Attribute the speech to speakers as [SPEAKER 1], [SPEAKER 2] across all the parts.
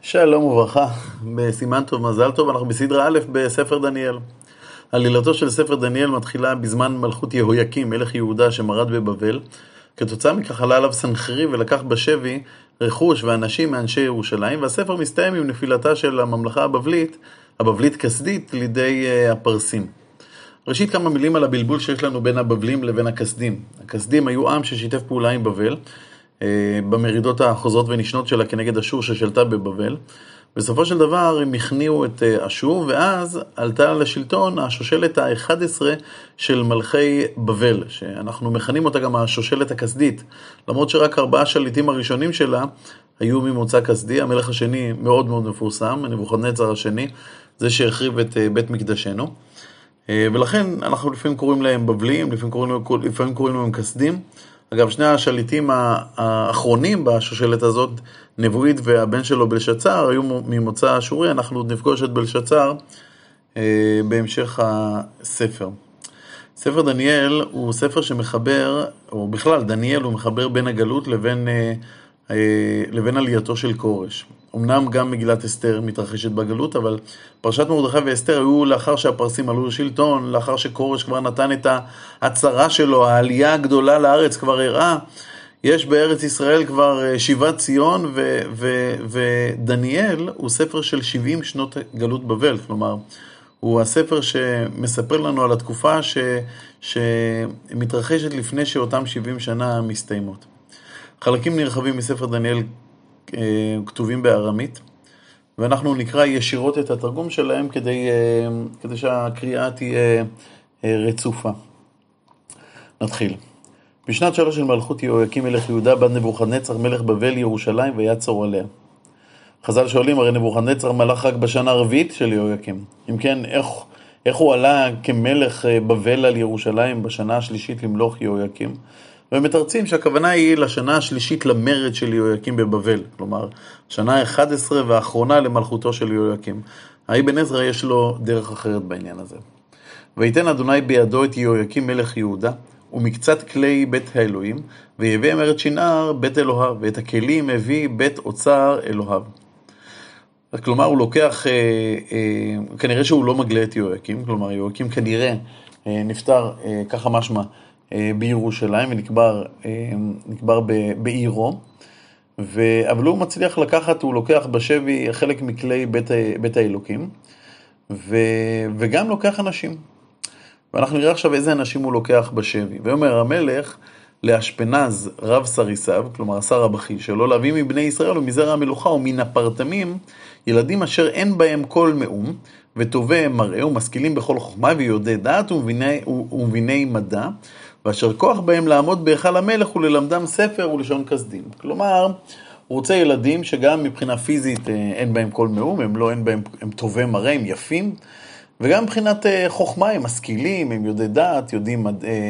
[SPEAKER 1] שלום וברכה, בסימן טוב מזל טוב, אנחנו בסדרה א' בספר דניאל. עלילתו של ספר דניאל מתחילה בזמן מלכות יהויקים, מלך יהודה שמרד בבבל. כתוצאה מכך עלה עליו סנחריב ולקח בשבי רכוש ואנשים מאנשי ירושלים, והספר מסתיים עם נפילתה של הממלכה הבבלית כסדית לידי הפרסים. ראשית כמה מילים על הבלבול שיש לנו בין הבבלים לבין הכסדים. הכסדים היו עם ששיתף פעולה עם בבל, במרידות החוזרות ונשנות שלה כנגד אשור ששלטה בבבל. בסופו של דבר הם הכניעו את אשור, ואז עלתה לשלטון השושלת ה-11 של מלכי בבל, שאנחנו מכנים אותה גם השושלת הכסדית, למרות שרק 4 שליטים הראשונים שלה היו ממוצא כסדי. המלך השני מאוד מאוד מפורסם, נבוכדנצר השני, זה שהחריב את בית מקדשנו, ולכן אנחנו לפעמים קוראים להם בבלים, לפעמים קוראים להם כסדים. אגב, שני השליטים האחרונים בשושלת הזאת, נבואית והבן שלו בלשצר, היו ממוצא אשורי. אנחנו עוד נפגוש את בלשצר בהמשך הספר. ספר דניאל הוא ספר שמחבר, או בכלל דניאל הוא מחבר בין הגלות לבין עלייתו של קורש. אמנם גם מגילת אסתר מתרחשת בגלות, אבל פרשת מרדכי ואסתר היו לאחר שהפרסים עלו לשלטון, לאחר שקורש כבר נתן את ההצהרה שלו, העלייה הגדולה לארץ כבר הראה. יש בארץ ישראל כבר שיבת ציון, ודניאל הוא ספר של 70 שנות גלות בבל, כלומר, הוא הספר שמספר לנו על התקופה שמתרחשת לפני שאותם 70 שנה מסתיימות. חלקים נרחבים מספר דניאל כתובים בארמית, ואנחנו נקרא ישירות את התרגום שלהם כדי שהקריאה תהיה רצופה. נתחיל. בשנת 3 של מלכות יהויקים מלך יהודה בא נבוכדנצר מלך בבל ירושלים ויצור עליה. חז"ל שואלים, הרי נבוכדנצר מלך רק בשנה הרביעית של יהויקים. אם כן, איך הוא עלה כמלך בבל על ירושלים בשנה השלישית למלוך יהויקים? ומתרצים שהכוונה היא לשנה השלישית למרד של יהויקים בבבל, כלומר, שנה ה-11 והאחרונה למלכותו של יהויקים. האבן עזרא יש לו דרך אחרת בעניין הזה. ויתן אדוני בידו את יהויקים מלך יהודה, ומקצת כלי בית האלוהים, ויביא אמרת שנער בית אלוהיו, ואת הכלים הביא בית אוצר אלוהיו. כלומר, הוא לוקח, כנראה שהוא לא מגלה את יהויקים, כלומר, יהויקים כנראה נפטר ככה משמע, בירושלים, ונקבר בעירו, אבל הוא מצליח לקחת, הוא לוקח בשבי חלק מכלי בית האלוקים, וגם לוקח אנשים. ואנחנו נראה עכשיו איזה אנשים הוא לוקח בשבי. ואומר המלך לאשפנז רב סריסיו, כלומר השר הבכיר שלו, להביא מבני ישראל ומזרע המלוכה ומן הפרטמים, ילדים אשר אין בהם כל מאום, וטובי מראה ומשכילים בכל חוכמה ויודעי דעת ומביני מדע, ואשר כוח בהם לעמוד בהיכל המלך וללמדם ספר ולשון כסדים. כלומר, הוא רוצה ילדים שגם מבחינה פיזית אין בהם כל מאום, הם טובי מראה, הם יפים, וגם מבחינת חוכמה הם משכילים, הם יודעי דעת, יודעים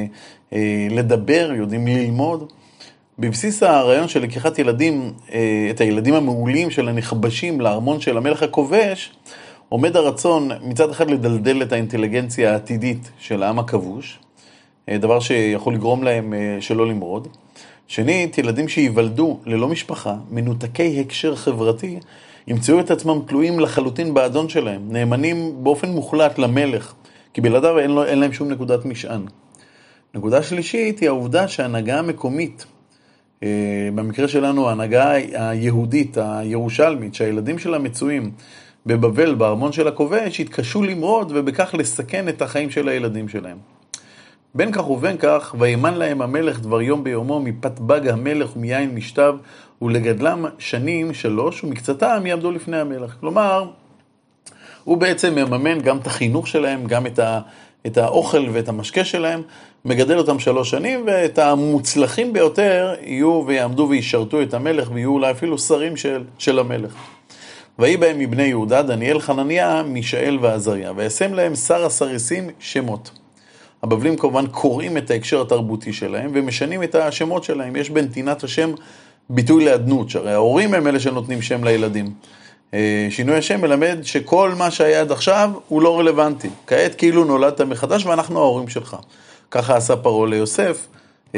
[SPEAKER 1] לדבר, יודעים ללמוד. בבסיס הרעיון של לקיחת ילדים, את הילדים המעולים של הנכבשים לארמון של המלך הכובש, עומד הרצון מצד אחד לדלדל את האינטליגנציה העתידית של העם הכבוש, דבר שיכול לגרום להם שלא למרוד. שנית, ילדים שיוולדו ללא משפחה, מנותקי הקשר חברתי, ימצאו את עצמם תלויים לחלוטין באדון שלהם, נאמנים באופן מוחלט למלך, כי בלעדיו אין להם שום נקודת משען. נקודה שלישית היא העובדה שההנהגה המקומית, במקרה שלנו ההנהגה היהודית, הירושלמית, שהילדים שלה מצויים בבבל, בארמון של הכובש, התקשו למרוד ובכך לסכן את החיים של הילדים שלהם. בין כך ובין כך, וימן להם המלך דבר יום ביומו מפת בג המלך ומיין משתב, ולגדלם שנים 3, ומקצתם יעמדו לפני המלך. כלומר, הוא בעצם מממן גם את החינוך שלהם, גם את האוכל ואת המשקה שלהם, מגדל אותם 3 שנים, ואת המוצלחים ביותר יהיו ויעמדו וישרתו את המלך, ויהיו אולי אפילו שרים של המלך. ויהי בהם מבני יהודה, דניאל, חנניה, מישאל ועזריה, וישם להם שר הסריסים שמות. הבבלים כמובן קוראים את ההקשר התרבותי שלהם, ומשנים את השמות שלהם. יש בנתינת השם ביטוי לעדנות, שהרי ההורים הם אלה שנותנים שם לילדים. שינוי השם מלמד שכל מה שהיה עד עכשיו הוא לא רלוונטי. כעת כאילו נולדת מחדש ואנחנו ההורים שלך. ככה עשה פרעה ליוסף.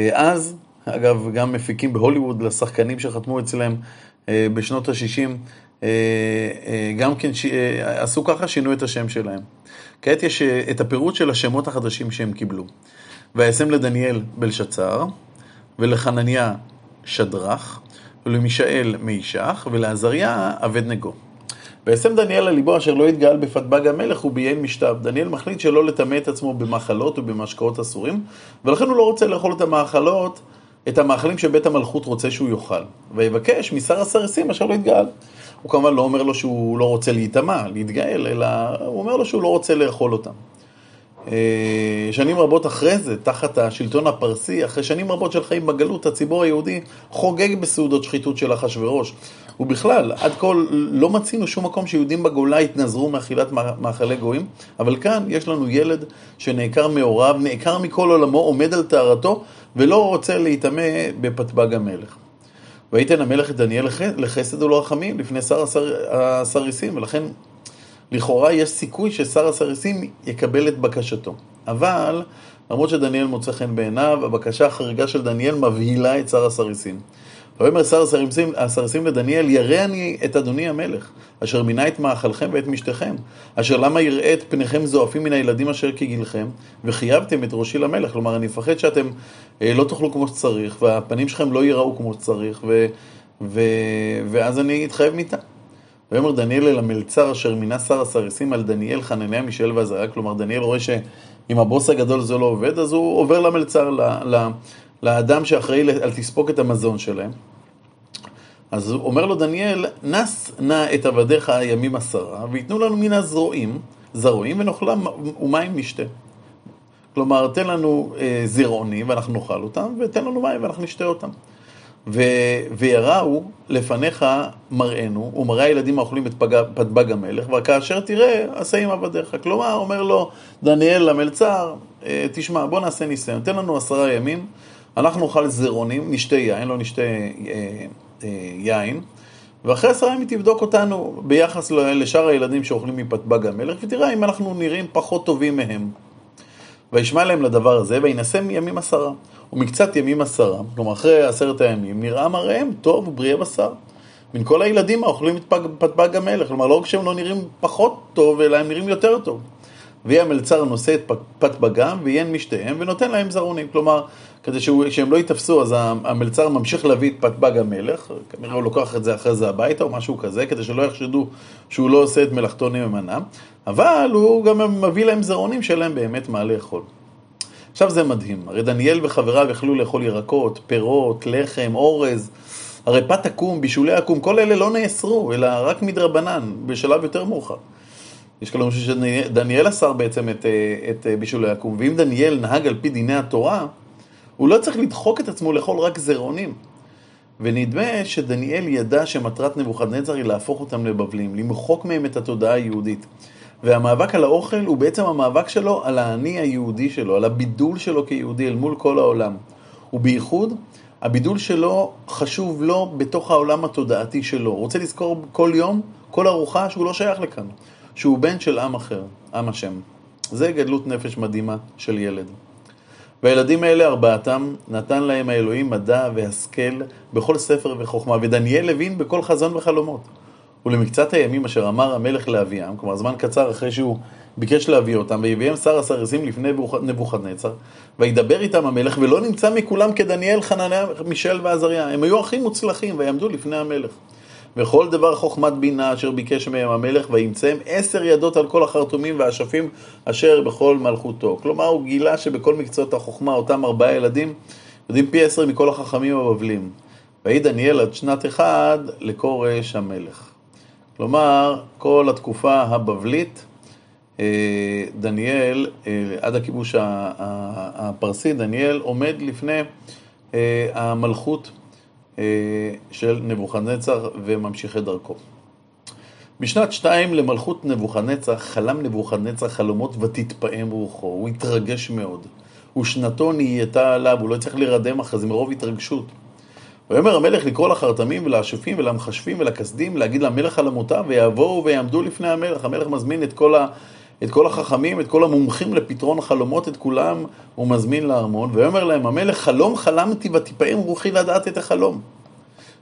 [SPEAKER 1] אגב, גם מפיקים בהוליווד לשחקנים שחתמו אצלם בשנות ה-60 גם כן עשו ככה, שינו את השם שלהם. כעת יש את הפירוט של השמות החדשים שהם קיבלו. וישם לדניאל בלשצר, ולחנניה שדרך, ולמישאל מישך, ולעזריה אבדנגו. וישם דניאל על ליבו אשר לא יתגאל בפתבג המלך וביין משתב. דניאל מחליט שלא לטמא את עצמו במאכלות ובמשקאות אסורים, ולכן הוא לא רוצה לאכול את המאכלים שבית המלכות רוצה שהוא יאכל. ויבקש משר הסרסים אשר לא יתגאל. הוא כמובן לא אומר לו שהוא לא רוצה להתגאל, אלא הוא אומר לו שהוא לא רוצה לאכול אותם. שנים רבות אחרי זה, תחת השלטון הפרסי, אחרי שנים רבות של חיים בגלות, הציבור היהודי חוגג בסעודות שחיתות של אחשוורוש. ובכלל, עד כה לא מצינו שום מקום שיהודים בגולה התנזרו מאכילת מאכלי גויים, אבל כאן יש לנו ילד שנעקר מהוריו, נעקר מכל עולמו, עומד על טהרתו, ולא רוצה להתאמה בפתבג המלך. ויתן המלך את דניאל לחסד ולרחמים לפני שר הסריסים, ולכן לכאורה יש סיכוי ששר הסריסים יקבל את בקשתו. אבל למרות שדניאל מוצא חן בעיניו, הבקשה החריגה של דניאל מבהילה את שר הסריסים. ואומר שר הסריסים לדניאל, ירא אני את אדוני המלך, אשר מינה את מאכלכם ואת משתכם, אשר למה יראה את פניכם זועפים מן הילדים אשר כגילכם, וחייבתם את ראשי למלך. כלומר, אני מפחד שאתם לא תאכלו כמו שצריך, והפנים שלכם לא ייראו כמו שצריך, ואז אני אתחייב מיתה. ואומר דניאל אל המלצר אשר מינה שר הסריסים על דניאל, חנניה, מישאל ועזריה. כלומר, דניאל רואה שאם הבוס הגדול זה לא עובד, אז הוא עובר למלצר, לאדם שאחראי על תספוק את המזון שלהם. אז הוא אומר לו דניאל, נס נא את עבדיך ימים 10, ויתנו לנו מן זרועים ונאכלם ומים נשתה. כלומר, תן לנו זרעונים ואנחנו נאכל אותם, ותן לנו מים ואנחנו נשתה אותם. ויראו לפניך מראינו, ומראה הילדים האוכלים את פתבג המלך, וכאשר תראה, עשה עם עבדיך. כלומר, אומר לו דניאל למלצר, תשמע, בוא נעשה ניסיון, תן לנו 10 ימים, אנחנו נאכל זרעונים, נשתה יין, לא נשתה יין, ואחרי 10 ימים תבדוק אותנו ביחס לשאר הילדים שאוכלים מפתבג המלך, ותראה אם אנחנו נראים פחות טובים מהם. וישמע להם לדבר הזה, וינסם ימים 10. ומקצת ימים 10, כלומר אחרי 10 הימים, נראה מראיהם טוב ובריאה בשר. מן כל הילדים האוכלים את פתבג המלך, כלומר לא רק שהם לא נראים פחות טוב, אלא הם נראים יותר טוב. ויהיה המלצר נושא את פתבגם, ויין משתיהם, ונותן להם זרעונים. כלומר, כדי שהם לא יתפסו, אז המלצר ממשיך להביא את פתבג המלך, כנראה הוא לוקח את זה אחרי זה הביתה, או משהו כזה, כדי שלא יחשדו שהוא לא עושה את מלאכתו נאמנה, אבל הוא גם מביא להם זרעונים שלהם באמת מה לאכול. עכשיו זה מדהים, הרי דניאל וחבריו יכלו לאכול ירקות, פירות, לחם, אורז, הרי פת עקום, בישולי עקום, כל אלה לא נאסרו, אלא רק מדרבנן, בשלב יותר מאוחר. יש כאלה משהו שדניאל אסר בעצם את בישולי עקום, ואם דניאל נהג על פי דיני התורה, הוא לא צריך לדחוק את עצמו לאכול רק זרעונים. ונדמה שדניאל ידע שמטרת נבוכדנצר היא להפוך אותם לבבלים, למחוק מהם את התודעה היהודית. והמאבק על האוכל הוא בעצם המאבק שלו על האני היהודי שלו, על הבידול שלו כיהודי אל מול כל העולם. ובייחוד, הבידול שלו חשוב לו בתוך העולם התודעתי שלו. הוא רוצה לזכור כל יום, כל ארוחה שהוא לא שייך לכאן, שהוא בן של עם אחר, עם השם. זה גדלות נפש מדהימה של ילד. והילדים האלה 4 נתן להם האלוהים מדע והשכל בכל ספר וחוכמה, ודניאל הבין בכל חזון וחלומות. ולמקצת הימים אשר אמר המלך לאביהם, כלומר זמן קצר אחרי שהוא ביקש להביא אותם, ויביהם שר הסריסים לפני נבוכדנצר, וידבר איתם המלך, ולא נמצא מכולם כדניאל, חנניה, מישאל ועזריה. הם היו הכי מוצלחים, ויעמדו לפני המלך. וכל דבר חוכמת בינה אשר ביקש מהם המלך, וימצאם 10 ידות על כל החרטומים והאשפים אשר בכל מלכותו. כלומר, הוא גילה שבכל מקצועות החוכמה, אותם 4 ילדים, יודעים פי 10 מכל החכמים הבבלים. ויהי דניאל עד שנת 1 לכורש המלך. כלומר, כל התקופה הבבלית, דניאל, עד הכיבוש הפרסי, דניאל עומד לפני המלכות של נבוכדנצר וממשיך את דרכו. בשנת 2 למלכות נבוכדנצר חלם נבוכדנצר חלומות ותתפעם רוחו, הוא התרגש מאוד, ושנתו נהייתה עליו, הוא לא צריך להירדם אחרי זה מרוב התרגשות. ויאמר המלך לקרוא לחרטמים ולאשפים ולמחשפים ולכסדים, להגיד למלך על המותה, ויבואו ויעמדו לפני המלך. המלך מזמין את כל החכמים, את כל המומחים לפתרון חלומות, את כולם הוא מזמין לארמון, ויאמר להם המלך, חלום חלמתי ותפעם רוחי לדעת את החלום.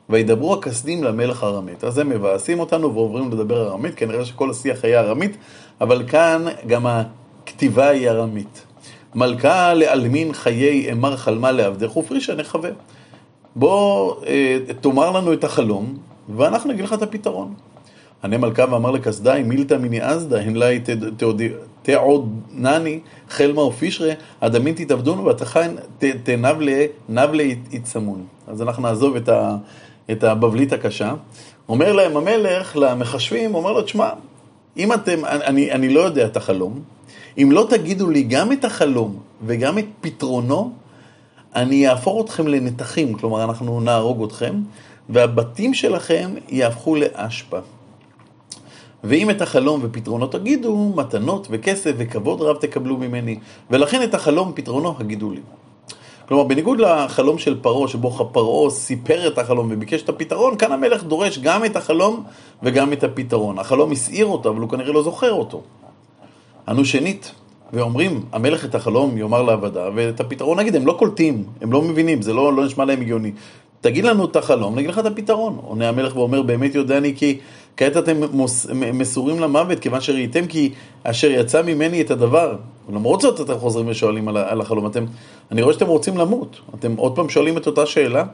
[SPEAKER 1] וידברו הכסדים למלך ארמית. אז הם מבאסים אותנו ועוברים לדבר ארמית, כנראה שכל השיח היה ארמית, אבל כאן גם הכתיבה היא ארמית. מלכה לאלמין חיי אמר חלמה לעבדך ופרישה נחווה. בוא תאמר לנו את החלום, ואנחנו נגיד לך את הפתרון. ענה מלכה ואמר לכסדי, מילתא מיני אזדה, הן לה תעודנני חלמה ופישרה, הדמין תתעבדונו ותכן תנבלה יצמון. אז אנחנו נעזוב את הבבלית הקשה. אומר להם המלך למחשבים, אומר לו, תשמע, אם אני לא יודע את החלום, אם לא תגידו לי גם את החלום וגם את פתרונו, אני אעפור אתכם לנתחים, כלומר אנחנו נהרוג אתכם, והבתים שלכם יהפכו לאשפה. ואם את החלום ופתרונו תגידו, מתנות וכסף וכבוד רב תקבלו ממני, ולכן את החלום ופתרונו הגידו לי. כלומר, בניגוד לחלום של פרעה, שבו פרעה סיפר את החלום וביקש את הפתרון, כאן המלך דורש גם את החלום וגם את הפתרון. החלום הסעיר אותו, אבל הוא כנראה לא זוכר אותו. אנו שנית, ואומרים, המלך את החלום יאמר לעבדה, ואת הפתרון נגיד, הם לא קולטים, הם לא מבינים, זה לא נשמע להם הגיוני. תגיד לנו את החלום, נגיד לך את הפתרון. עונה המלך ואומר, באמת יודעני כי כעת אתם מסורים למוות, כיוון שראיתם כי אשר יצא ממני את הדבר. ולמרות זאת אתם חוזרים ושואלים על החלום. אני רואה שאתם רוצים למות. אתם עוד פעם שואלים את אותה שאלה.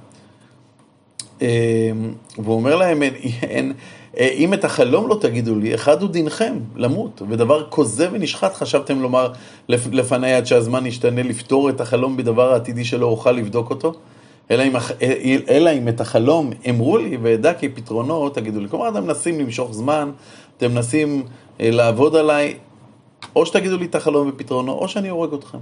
[SPEAKER 1] והוא אומר להם, אם את החלום לא תגידו לי, אחד הוא דינכם, למות. ודבר כוזב ונשחט חשבתם לומר לפני עד שהזמן ישתנה לפתור את החלום בדבר העתידי שלא אוכל לבדוק אותו. אלא אם את החלום אמרו לי וידע כי פתרונו תגידו לי. כלומר, אתם מנסים למשוך זמן, אתם מנסים לעבוד עליי, או שתגידו לי את החלום ופתרונו, או שאני הורג אתכם.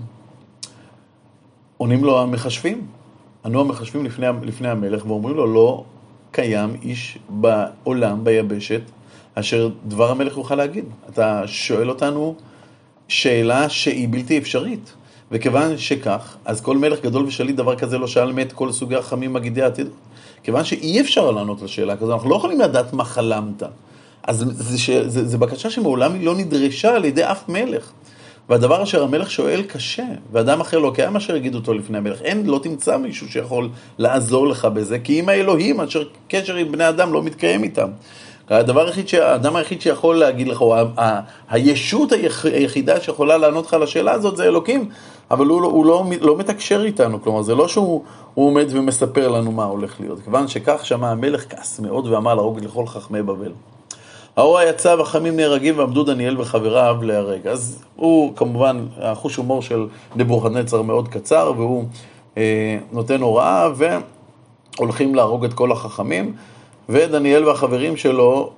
[SPEAKER 1] עונים לו המחשבים, ענו המחשבים לפני המלך, ואומרים לו, לא קיים איש בעולם, ביבשת, אשר דבר המלך יוכל להגיד. אתה שואל אותנו שאלה שהיא בלתי אפשרית. וכיוון שכך, אז כל מלך גדול ושליט דבר כזה לא שאל מת כל סוגי החמים מגידי העתיד. כיוון שאי אפשר לענות לשאלה כזו, אנחנו לא יכולים לדעת מה חלמת. אז זה בקשה שמעולם היא לא נדרשה על ידי אף מלך. והדבר אשר המלך שואל קשה, ואדם אחר לא קיים אשר יגיד אותו לפני המלך. לא תמצא מישהו שיכול לעזור לך בזה, כי אם האלוהים, אשר קשר עם בני אדם לא מתקיים איתם. האדם היחיד שיכול להגיד לך, הישות היחידה שיכולה לענות לך על השאלה הזאת, זה אלוקים, אבל הוא לא מתקשר איתנו, כלומר, זה לא שהוא עומד ומספר לנו מה הולך להיות. כיוון שכך שמע המלך כעס מאוד ואמר להרוג לכל חכמי בבל. האור יצא וחכמים נהרגים ועמדו דניאל וחבריו להרג. אז הוא כמובן, החוש הומור של נבוכדנצר מאוד קצר, והוא נותן הוראה והולכים להרוג את כל החכמים, ודניאל והחברים שלו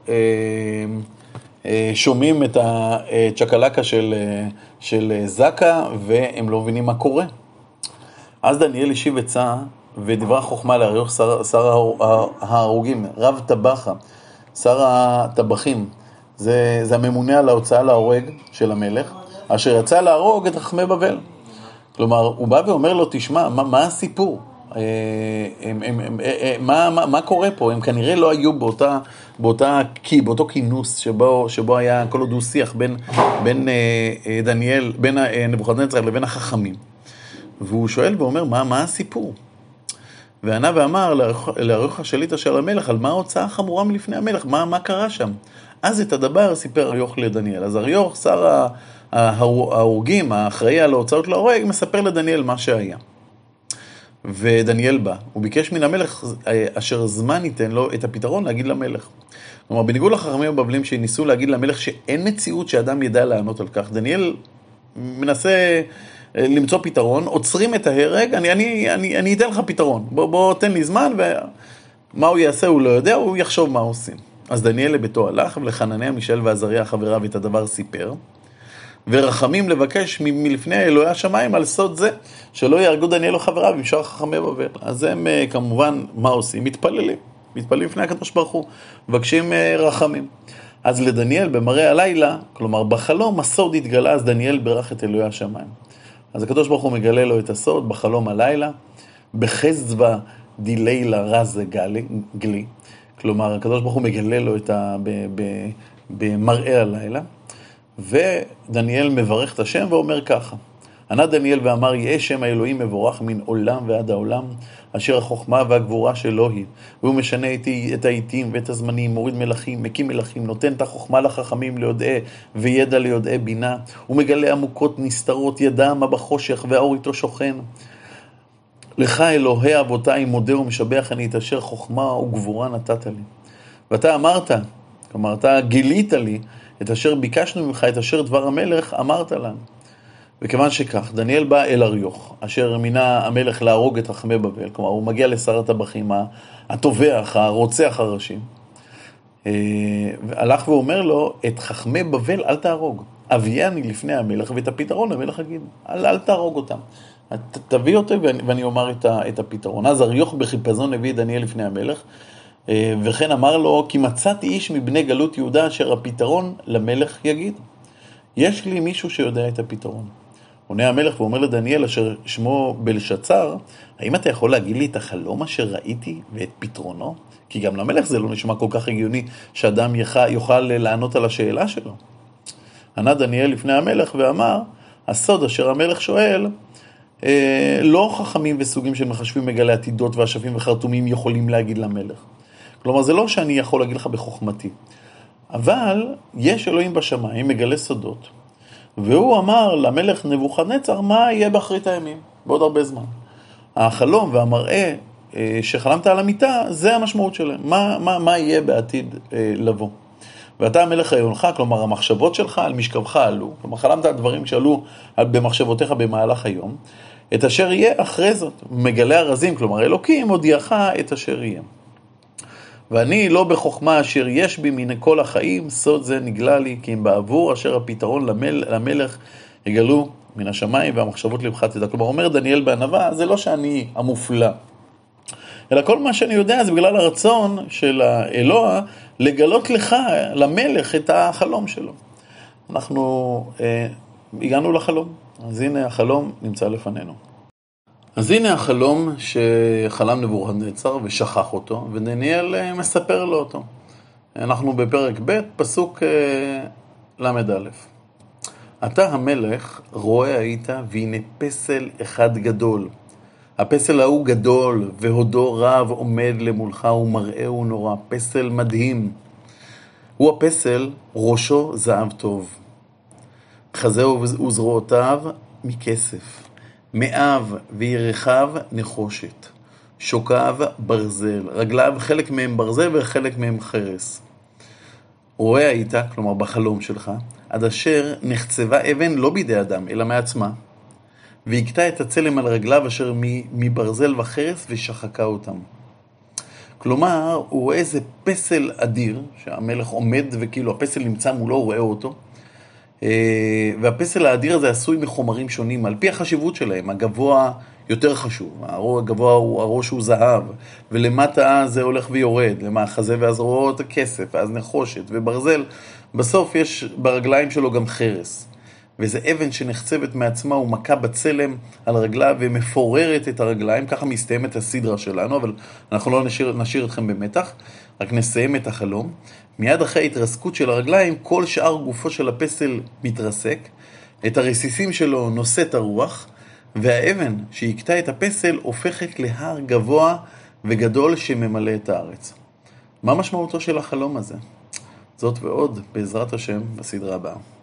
[SPEAKER 1] שומעים את הצ'קלקה של זקה, והם לא מבינים מה קורה. אז דניאל השיב עצה ודברה חוכמה לאריוך שר ההרוגים, רב טבחה, שר הטבחים, זה הממונה על ההוצאה להורג של המלך, אשר יצא להרוג את חכמי בבל. כלומר, הוא בא ואומר לו, תשמע, מה הסיפור? מה קורה פה? הם כנראה לא היו באותו כינוס שבו היה כל עוד הוא שיח בין דניאל, בין נבוכדנצר לבין החכמים. והוא שואל ואומר, מה הסיפור? וענה ואמר לאריוך השליט אשר למלך, על מה ההוצאה החמורה מלפני המלך? מה קרה שם? אז את הדבר סיפר אריוך לדניאל. אז אריוך, שר ההורגים, האחראי על ההוצאות להורג, מספר לדניאל מה שהיה. ודניאל בא, הוא ביקש מן המלך אשר זמן ייתן לו את הפתרון להגיד למלך. כלומר, בניגוד לחכמים הבבלים שניסו להגיד למלך שאין מציאות שאדם ידע לענות על כך, דניאל מנסה למצוא פתרון, עוצרים את ההרג, אני אתן לך פתרון, בוא תן לי זמן, ומה הוא יעשה הוא לא יודע, הוא יחשוב מה עושים. אז דניאל לביתו הלך, ולחנניה מישאל ועזריה חבריו את הדבר סיפר, ורחמים לבקש מלפני אלוהי השמיים על סוד זה, שלא יהרגו דניאל וחבריו עם שאר חכמי בבל. אז הם כמובן, מה עושים? מתפללים לפני הקדוש ברוך הוא, מבקשים רחמים. אז לדניאל במראה הלילה, כלומר בחלום, הסוד התגלה, אז דניאל ברך את אלוהי השמיים. אז הקדוש ברוך הוא מגלה לו את הסוד בחלום הלילה, בחזווה דילילה רז גלי, כלומר הקדוש ברוך הוא מגלה לו במראה הלילה, ודניאל מברך את השם ואומר ככה, ענה דניאל ואמר, יהיה שם האלוהים מבורך מן עולם ועד העולם, אשר החוכמה והגבורה שלו היא, והוא משנה את העיתים ואת הזמנים, מוריד מלכים, מקים מלכים, נותן את החוכמה לחכמים ליודעי וידע ליודעי בינה, הוא מגלה עמוקות נסתרות, ידע מה בחושך והאור איתו שוכן. לך אלוהי אבותיי מודה ומשבח אני את אשר חוכמה וגבורה נתת לי. ואתה אמרת, כלומר אתה גילית לי את אשר ביקשנו ממך, את אשר דבר המלך אמרת לנו. וכיוון שכך, דניאל בא אל אריוך, אשר מינה המלך להרוג את חכמי בבל, כלומר הוא מגיע לשר הטבחים, הטובח, הרוצח הראשי. והלך ואומר לו, את חכמי בבל אל תהרוג, אביאני לפני המלך ואת הפתרון המלך יגיד, אל תהרוג אותם. תביא אותו ואני אומר את הפתרון. אז אריוך בחיפזון הביא את דניאל לפני המלך, וכן אמר לו, כי מצאתי איש מבני גלות יהודה אשר הפתרון למלך יגיד. יש לי מישהו שיודע את הפתרון. עונה המלך ואומר לדניאל אשר שמו בלשצר, האם אתה יכול להגיד לי את החלום אשר ראיתי ואת פתרונו? כי גם למלך זה לא נשמע כל כך הגיוני שאדם יוכל לענות על השאלה שלו. ענה דניאל לפני המלך ואמר, הסוד אשר המלך שואל, לא חכמים וסוגים של מחשבים מגלי עתידות והשפים וחרטומים יכולים להגיד למלך. כלומר, זה לא שאני יכול להגיד לך בחוכמתי. אבל יש אלוהים בשמיים, מגלה סודות. והוא אמר למלך נבוכדנצר, מה יהיה באחרית הימים? בעוד הרבה זמן. החלום והמראה שחלמת על המיטה, זה המשמעות שלהם. מה יהיה בעתיד לבוא? ואתה המלך העיונך, כלומר המחשבות שלך על משכבך עלו, כלומר חלמת על דברים שעלו במחשבותיך במהלך היום, את אשר יהיה אחרי זאת, מגלה הרזים, כלומר אלוקים הודיעך את אשר יהיה. ואני לא בחוכמה אשר יש בי מן כל החיים, סוד זה נגלה לי, כי אם בעבור אשר הפתרון למלך יגלו מן השמיים והמחשבות לבך תדע. כלומר אומר דניאל בענווה, זה לא שאני המופלא, אלא כל מה שאני יודע זה בגלל הרצון של האלוה לגלות לך, למלך, את החלום שלו. אנחנו הגענו לחלום, אז הנה החלום נמצא לפנינו. אז הנה החלום שחלם נבוכדנצר ושכח אותו, ודניאל מספר לו אותו. אנחנו בפרק ב' פסוק למד א'. אתה המלך רואה היית והנה פסל אחד גדול. הפסל ההוא גדול והודו רב עומד למולך ומראהו נורא. פסל מדהים. הוא הפסל ראשו זהב טוב. חזהו וזרועותיו מכסף. מאיו וירחיו נחושת. שוקיו ברזל. רגליו חלק מהם ברזל וחלק מהם חרס. רואה היית, כלומר בחלום שלך, עד אשר נחצבה אבן לא בידי אדם אלא מעצמה. והקטע את הצלם על רגליו אשר מברזל וחרס ושחקה אותם. כלומר, הוא רואה איזה פסל אדיר, שהמלך עומד וכאילו הפסל נמצא מולו, הוא רואה אותו. והפסל האדיר הזה עשוי מחומרים שונים, על פי החשיבות שלהם. הגבוה יותר חשוב, הגבוה הוא הראש הוא זהב, ולמטה זה הולך ויורד, למאחזה והזרועות כסף, ואז נחושת וברזל. בסוף יש ברגליים שלו גם חרס. וזה אבן שנחצבת מעצמה ומכה בצלם על רגליו ומפוררת את הרגליים. ככה מסתיימת הסדרה שלנו, אבל אנחנו לא נשאיר אתכם במתח, רק נסיים את החלום. מיד אחרי ההתרסקות של הרגליים, כל שאר גופו של הפסל מתרסק, את הרסיסים שלו נושאת הרוח, והאבן שהקטע את הפסל הופכת להר גבוה וגדול שממלא את הארץ. מה משמעותו של החלום הזה? זאת ועוד בעזרת השם בסדרה הבאה.